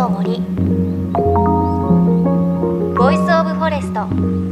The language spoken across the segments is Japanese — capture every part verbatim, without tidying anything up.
の森ボイスオブフォレスト。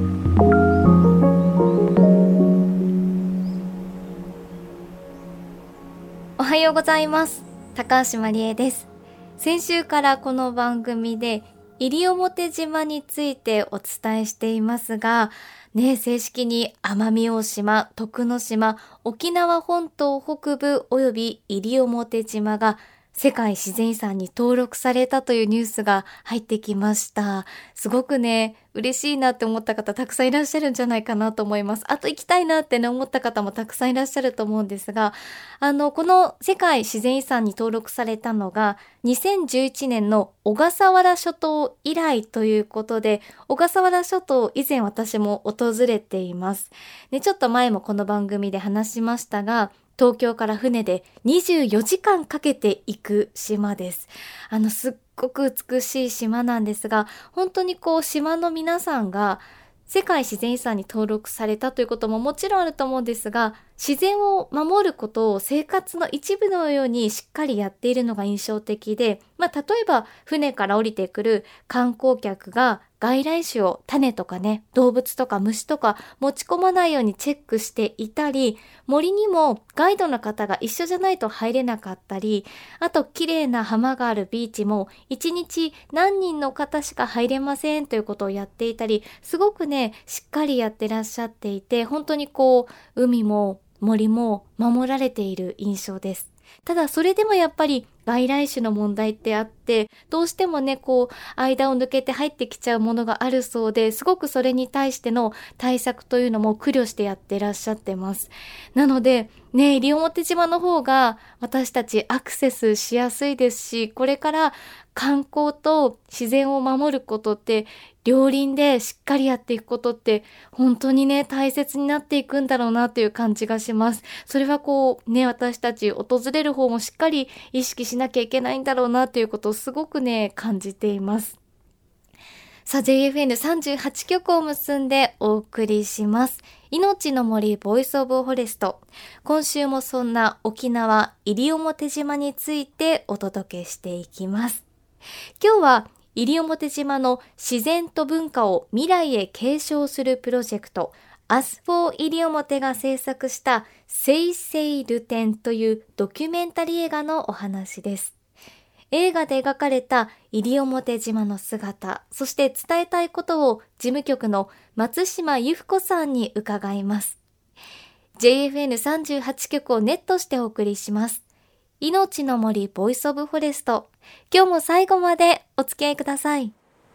おはようございます。高橋まりえです。先週からこの番組で西表島についてお伝えしていますが、ね、正式に奄美大島、徳之島、沖縄本島北部および西表島が世界自然遺産に登録されたというニュースが入ってきました。すごくね、嬉しいなって思った方たくさんいらっしゃるんじゃないかなと思います。あと行きたいなってね思った方もたくさんいらっしゃると思うんですが、あのこの世界自然遺産に登録されたのがにせんじゅういちねんの小笠原諸島以来ということで、小笠原諸島以前私も訪れています、ね、ちょっと前もこの番組で話しましたが、東京から船でにじゅうよじかんかけて行く島です。あのすっごく美しい島なんですが、本当にこう島の皆さんが世界自然遺産に登録されたということももちろんあると思うんですが、自然を守ることを生活の一部のようにしっかりやっているのが印象的で、まあ、例えば船から降りてくる観光客が外来種を種とかね、動物とか虫とか持ち込まないようにチェックしていたり、森にもガイドの方が一緒じゃないと入れなかったり、あと綺麗な浜があるビーチもいちにち何人の方しか入れませんということをやっていたり、すごくねしっかりやってらっしゃっていて、本当にこう海も森も守られている印象です。ただそれでもやっぱり外来種の問題ってあって、どうしてもねこう間を抜けて入ってきちゃうものがあるそうで、すごくそれに対しての対策というのも苦慮してやってらっしゃってます。なのでね、西表島の方が私たちアクセスしやすいですし、これから観光と自然を守ることって両輪でしっかりやっていくことって本当にね大切になっていくんだろうなという感じがします。それはこうね、私たち訪れる方もしっかり意識しなきゃいけないんだろうなということをすごくね感じています。さあ ジェイエフエヌさんじゅうはち 局を結んでお送りします命の森ボイスオブフォレスト。今週もそんな沖縄西表島についてお届けしていきます。今日は西表島の自然と文化を未来へ継承するプロジェクト アスフォー 西表が制作したセイセイルテンというドキュメンタリー映画のお話です。映画で描かれた西表島の姿、そして伝えたいことを事務局の松島由布子さんに伺います。 ジェイエフエヌさんじゅうはち 局をネットしてお送りします命の森ボイスオブフォレスト。今日も最後までお付き合いください。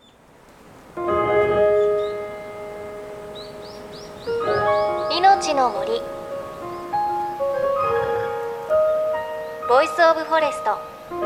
命の森ボイスオブフォレスト。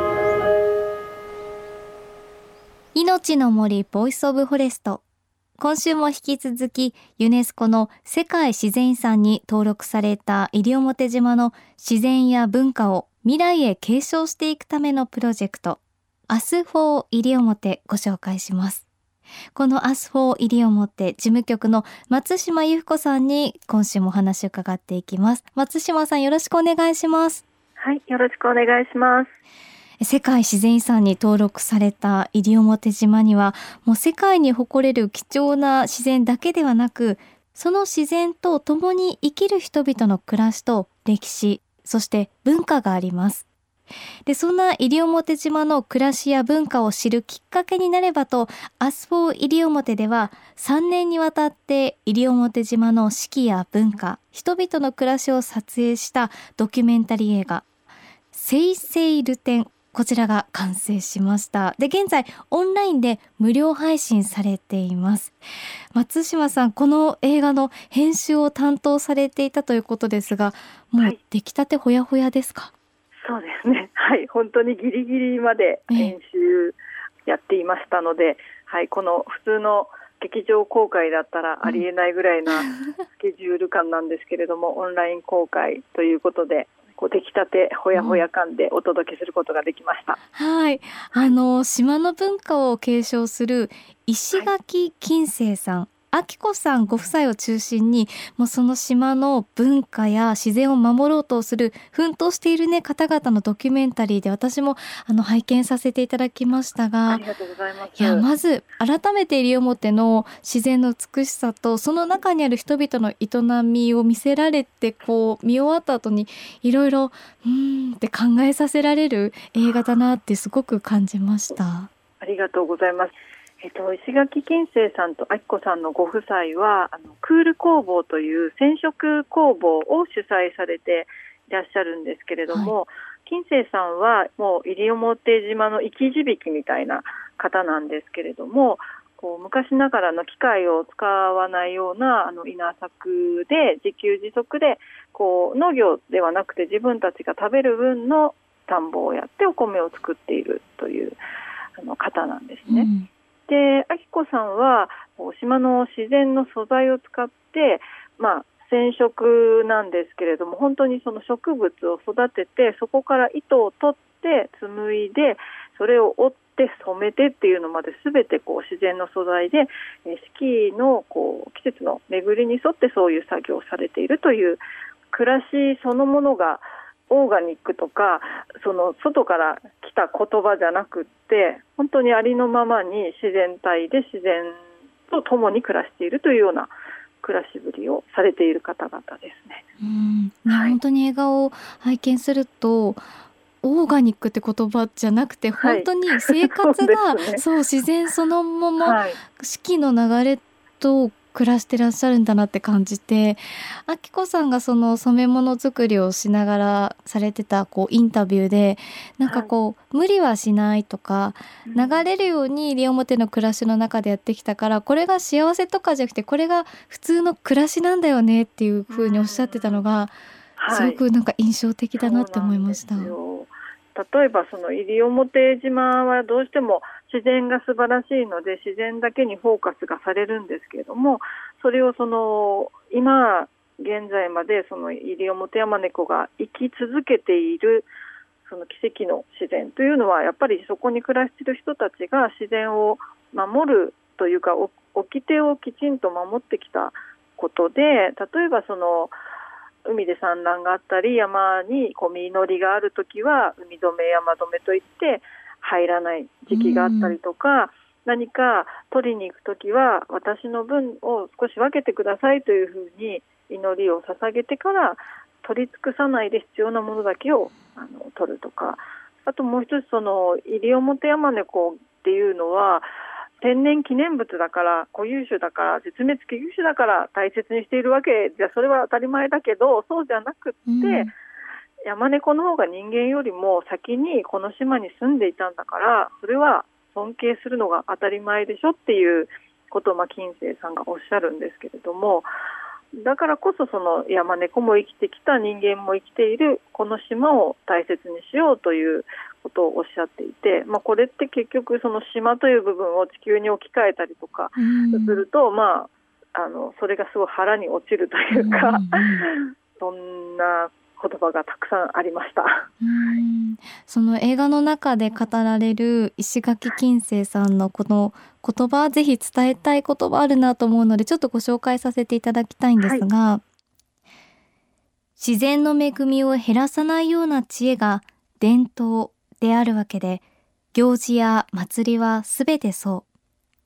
命の森ボイスオブフォレスト。今週も引き続きユネスコの世界自然遺産に登録された西表島の自然や文化を未来へ継承していくためのプロジェクト アスフォー 西表ご紹介します。この アスフォー 西表事務局の松島由布子さんに今週もお話を伺っていきます。松島さん、よろしくお願いします。 はい、よろしくお願いします。 世界自然遺産に登録された西表島にはもう世界に誇れる貴重な自然だけではなく、その自然と共に生きる人々の暮らしと歴史、そして文化があります。で、そんな西表島の暮らしや文化を知るきっかけになればと、アスフォー 西表ではさんねんにわたって西表島の四季や文化、人々の暮らしを撮影したドキュメンタリー映画セイセイルテン、こちらが完成しました。で、現在オンラインで無料配信されています。松島さん、この映画の編集を担当されていたということですが、もう出来たてほやほやですか？ はい、そうですね、はい、本当にギリギリまで編集やっていましたので、はい、この普通の劇場公開だったらありえないぐらいなスケジュール感なんですけれども、うん、オンライン公開ということでこう出来たてほやほや感でお届けすることができました。 うん、はい、あの島の文化を継承する石垣金星さん、はい、 明子さんご夫妻を中心にもうその島の文化や自然を守ろうとする奮闘している、ね、方々のドキュメンタリーで私もあの拝見させていただきましたが、 ありがとうございます。 いやまず改めて西表の自然の美しさとその中にある人々の営みを見せられて、こう見終わった後にいろいろうーんって考えさせられる映画だなってすごく感じました。 ありがとうございます。えっと、石垣金星さんと明子さんのご夫妻はあのクール工房という染色工房を主催されていらっしゃるんですけれども、はい、金星さんはもう西表島の生き字引みたいな方なんですけれども、こう昔ながらの機械を使わないようなあの稲作で自給自足でこう農業ではなくて自分たちが食べる分の田んぼをやってお米を作っているというあの方なんですね、うん、で明子さんは島の自然の素材を使って、まあ、染色なんですけれども、本当にその植物を育ててそこから糸を取って紡いでそれを織って染めてっていうのまで全てこう自然の素材で四季のこう季節の巡りに沿ってそういう作業をされているという暮らしそのものがオーガニックとかその外から来た言葉じゃなくって本当にありのままに自然体で自然と共に暮らしているというような暮らしぶりをされている方々ですね。 うん、はい、本当に映画を拝見するとオーガニックって言葉じゃなくて本当に生活が、はい そうですね、そう自然そのまま、はい、四季の流れと暮らしてらっしゃるんだなって感じて、明子さんがその染め物作りをしながらされてたこうインタビューでなんかこう、はい、無理はしないとか流れるように西表の暮らしの中でやってきたからこれが幸せとかじゃなくてこれが普通の暮らしなんだよねっていう風におっしゃってたのがすごくなんか印象的だなって思いました。はい、 例えばその西表島はどうしても自然が素晴らしいので自然だけにフォーカスがされるんですけれども、それをその今現在までその西表ヤマネコが生き続けているその奇跡の自然というのはやっぱりそこに暮らしている人たちが自然を守るというか掟をきちんと守ってきたことで、例えばその海で産卵があったり山にこう実りがあるときは海止め山止めといって入らない時期があったりとか、何か取りに行くときは私の分を少し分けてくださいというふうに祈りを捧げてから取り尽くさないで必要なものだけをあの取るとか、あともう一つその西表ヤマネコっていうのは天然記念物だから固有種だから絶滅危惧種だから大切にしているわけじゃそれは当たり前だけど、そうじゃなくって、うん、ヤマネコの方が人間よりも先にこの島に住んでいたんだからそれは尊敬するのが当たり前でしょっていうことを、まあ、金星さんがおっしゃるんですけれども、だからこそそのヤマネコも生きてきた人間も生きているこの島を大切にしようということをおっしゃっていて、まあ、これって結局その島という部分を地球に置き換えたりとかすると、まあ、あのそれがすごい腹に落ちるというかそんな言葉がたくさんありました。 うん、その映画の中で語られる石垣金星さんのこの言葉、ぜひ伝えたい言葉あるなと思うのでちょっとご紹介させていただきたいんですが、はい、自然の恵みを減らさないような知恵が伝統であるわけで、行事や祭りはすべてそう。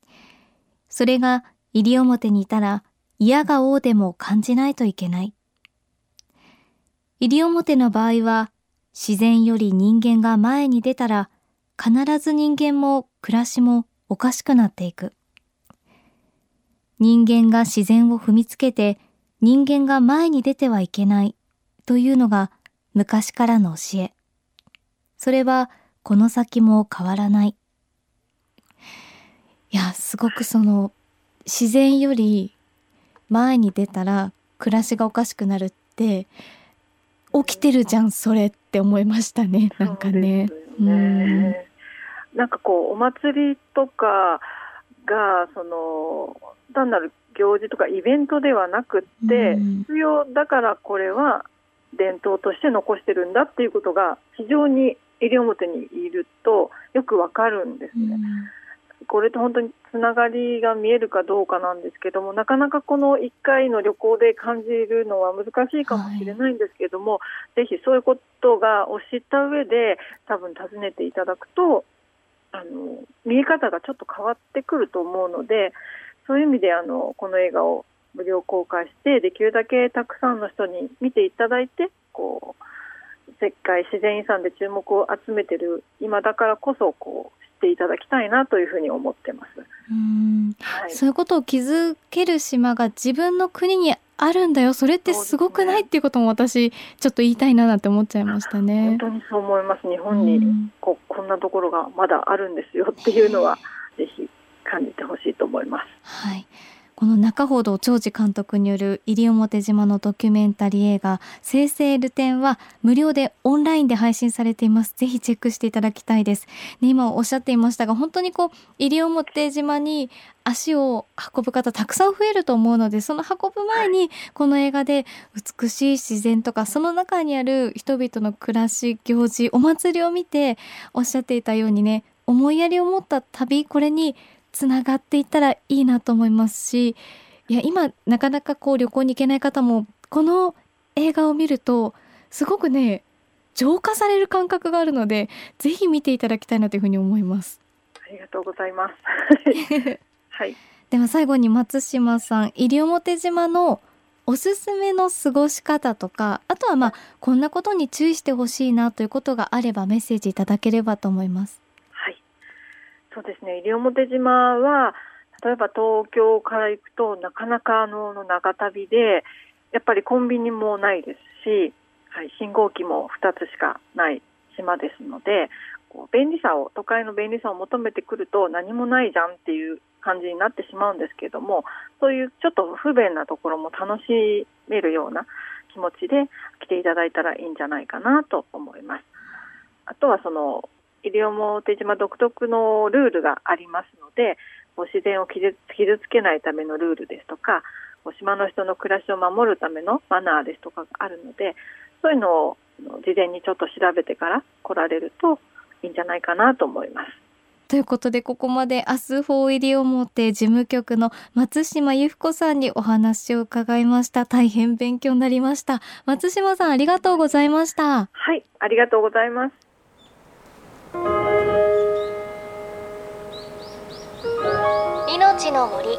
それが西表にいたら嫌が応でも感じないといけない。西表の場合は自然より人間が前に出たら必ず人間も暮らしもおかしくなっていく。人間が自然を踏みつけて人間が前に出てはいけないというのが昔からの教え。それはこの先も変わらない。いや、すごくその自然より前に出たら暮らしがおかしくなるって起きてるじゃんそれって思いましたね。なんかね、 うん、なんかこうお祭りとかがその単なる行事とかイベントではなくって、うん、必要だからこれは伝統として残してるんだっていうことが非常に西表にいるとよくわかるんですね、うん、これって本当につながりが見えるかどうかなんですけども、なかなかこのいっかいの旅行で感じるのは難しいかもしれないんですけども、はい、ぜひそういうことがを知った上で多分訪ねていただくとあの見え方がちょっと変わってくると思うので、そういう意味であのこの映画を無料公開してできるだけたくさんの人に見ていただいて、こう世界自然遺産で注目を集めている今だからこそこう知っていただきたいなというふうに思ってます。 うーん、はい、そういうことを気づける島が自分の国にあるんだよ、それってすごくない、ね、っていうことも私ちょっと言いたいななんて思っちゃいましたね。 本当にそう思います。日本にこうこんなところがまだあるんですよっていうのはぜひ感じてほしいと思います。 はい、この中程長治監督による西表島のドキュメンタリー映画生々ルテンは無料でオンラインで配信されています。ぜひチェックしていただきたいです、ね、今おっしゃっていましたが本当にこう西表島に足を運ぶ方たくさん増えると思うので、その運ぶ前にこの映画で美しい自然とかその中にある人々の暮らし行事お祭りを見ておっしゃっていたようにね、思いやりを持った旅、これにつながっていったらいいなと思いますし、いや今なかなかこう旅行に行けない方もこの映画を見るとすごくね浄化される感覚があるのでぜひ見ていただきたいなというふうに思います。 ありがとうございますはい、 では最後に松島さん、西表島のおすすめの過ごし方とか、あとはまあこんなことに注意してほしいなということがあればメッセージいただければと思います。 はい、そうですね、西表島は例えば東京から行くとなかなかあの長旅でやっぱりコンビニもないですし、はい、信号機もふたつしかない島ですので、こう便利さを都会の便利さを求めてくると何もないじゃんっていう感じになってしまうんですけども、そういうちょっと不便なところも楽しめるような気持ちで来ていただいたらいいんじゃないかなと思います。あとはその西表島独特のルールがありますので、自然を傷つけないためのルールですとか、島の人の暮らしを守るためのマナーですとかがあるので、そういうのを事前にちょっと調べてから来られるといいんじゃないかなと思います。 ということでここまでアスフォー西表事務局の松島由布子さんにお話を伺いました。大変勉強になりました。松島さんありがとうございました。 はい、ありがとうございます。 命の森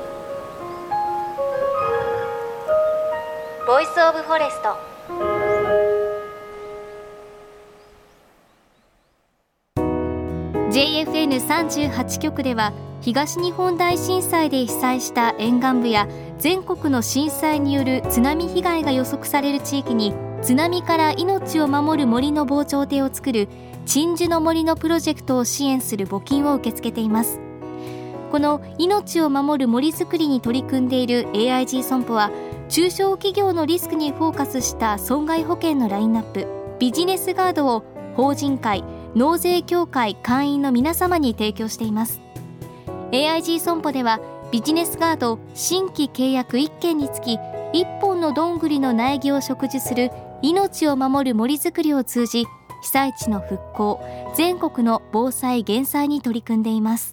ボイスオブフォレスト。ジェイエフエヌさんじゅうはち 局では東日本大震災で被災した沿岸部や全国の震災による津波被害が予測される地域に津波から命を守る森の防潮堤を作る鎮守の森のプロジェクトを支援する募金を受け付けています。この命を守る森づくりに取り組んでいる エーアイジー 損保は中小企業のリスクにフォーカスした損害保険のラインナップビジネスガードを法人会納税協会会員の皆様に提供しています。 エーアイジー 損保ではビジネスガード新規契約いっけんにつきいっぽんのどんぐりの苗木を植樹する命を守る森づくりを通じ被災地の復興、全国の防災減災に取り組んでいます。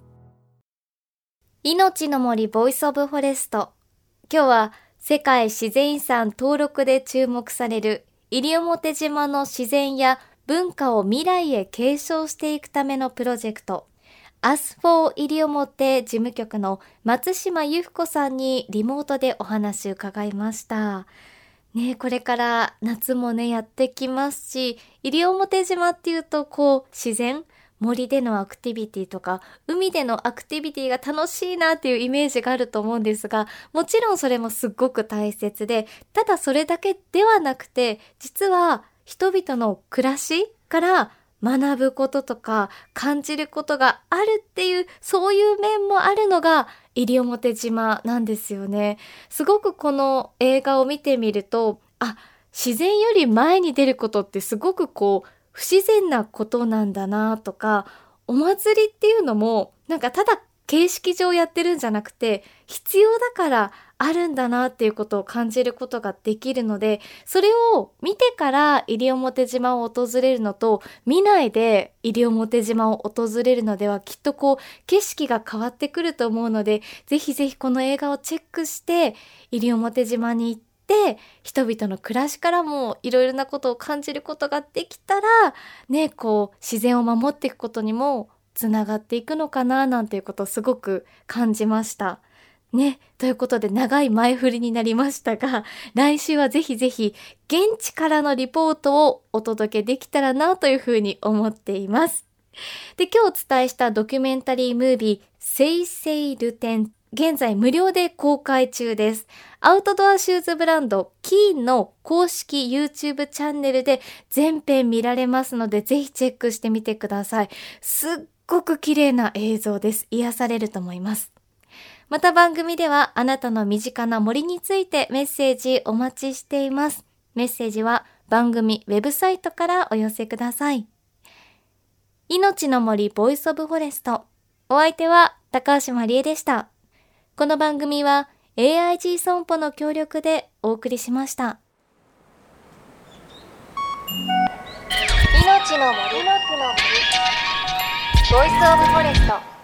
命の森ボイスオブフォレスト。今日は世界自然遺産登録で注目される西表島の自然や文化を未来へ継承していくためのプロジェクトアスフォー西表事務局の松島由布子さんにリモートでお話を伺いました。ね、これから夏もねやってきますし、西表島っていうとこう自然森でのアクティビティとか海でのアクティビティが楽しいなっていうイメージがあると思うんですが、もちろんそれもすっごく大切で、ただそれだけではなくて実は人々の暮らしから学ぶこととか感じることがあるっていう、そういう面もあるのが西表島なんですよね。すごくこの映画を見てみると、あ、自然より前に出ることってすごくこう不自然なことなんだなとか、お祭りっていうのもなんかただ形式上やってるんじゃなくて必要だからあるんだなっていうことを感じることができるので、それを見てから西表島を訪れるのと、見ないで西表島を訪れるのではきっとこう景色が変わってくると思うので、ぜひぜひこの映画をチェックして西表島に行って人々の暮らしからもいろいろなことを感じることができたらね、こう自然を守っていくことにもつながっていくのかななんていうことをすごく感じましたね。ということで長い前振りになりましたが、来週はぜひぜひ現地からのリポートをお届けできたらなというふうに思っています。で、今日お伝えしたドキュメンタリームービーセイセイルテン、現在無料で公開中です。アウトドアシューズブランドキーンの公式 YouTube チャンネルで全編見られますので、ぜひチェックしてみてください。すっごく綺麗な映像です。癒されると思います。また番組ではあなたの身近な森についてメッセージお待ちしています。メッセージは番組ウェブサイトからお寄せください。命の森ボイスオブフォレスト。お相手は高橋まりえでした。この番組は エーアイジー 損保の協力でお送りしました。命の森ボイスオブフォレスト。